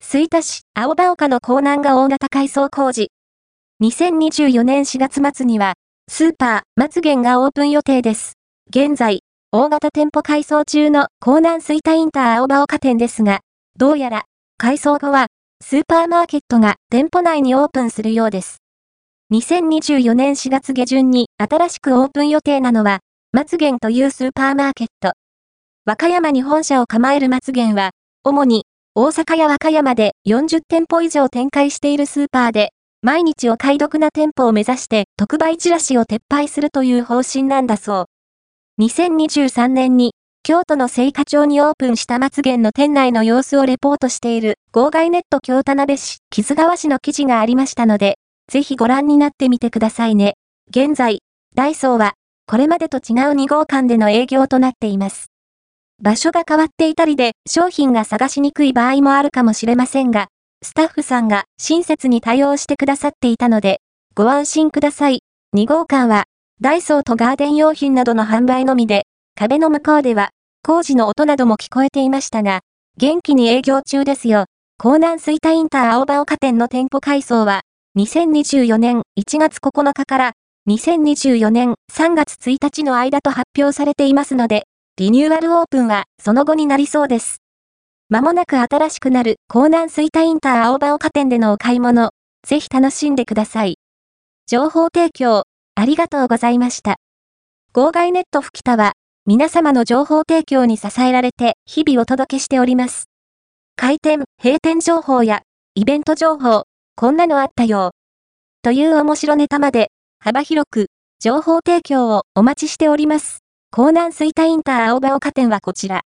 吹田市青葉丘の港南が大型改装工事。2024年4月末には、スーパー、松源がオープン予定です。現在、大型店舗改装中の港南吹田インター青葉丘店ですが、どうやら、改装後は、スーパーマーケットが店舗内にオープンするようです。2024年4月下旬に新しくオープン予定なのは、松源というスーパーマーケット。和歌山に本社を構える松源は、主に、大阪や和歌山で40店舗以上展開しているスーパーで、毎日お買い得な店舗を目指して特売チラシを撤廃するという方針なんだそう。2023年に、京都の精華町にオープンした松源の店内の様子をレポートしている、号外ネット京田辺市、木津川市の記事がありましたので、ぜひご覧になってみてくださいね。現在、ダイソーは、これまでと違う2号館での営業となっています。場所が変わっていたりで商品が探しにくい場合もあるかもしれませんが、スタッフさんが親切に対応してくださっていたので、ご安心ください。2号館は、ダイソーとガーデン用品などの販売のみで、壁の向こうでは、工事の音なども聞こえていましたが、元気に営業中ですよ。港南吹田インター青葉丘店の店舗改装は、2024年1月9日から2024年3月1日の間と発表されていますので、リニューアルオープンはその後になりそうです。まもなく新しくなる港南吹田インター青葉丘店でのお買い物、ぜひ楽しんでください。情報提供、ありがとうございました。号外ネット吹田は、皆様の情報提供に支えられて日々お届けしております。開店、閉店情報やイベント情報、こんなのあったよ。という面白ネタまで幅広く情報提供をお待ちしております。港南吹田インター青葉丘店はこちら。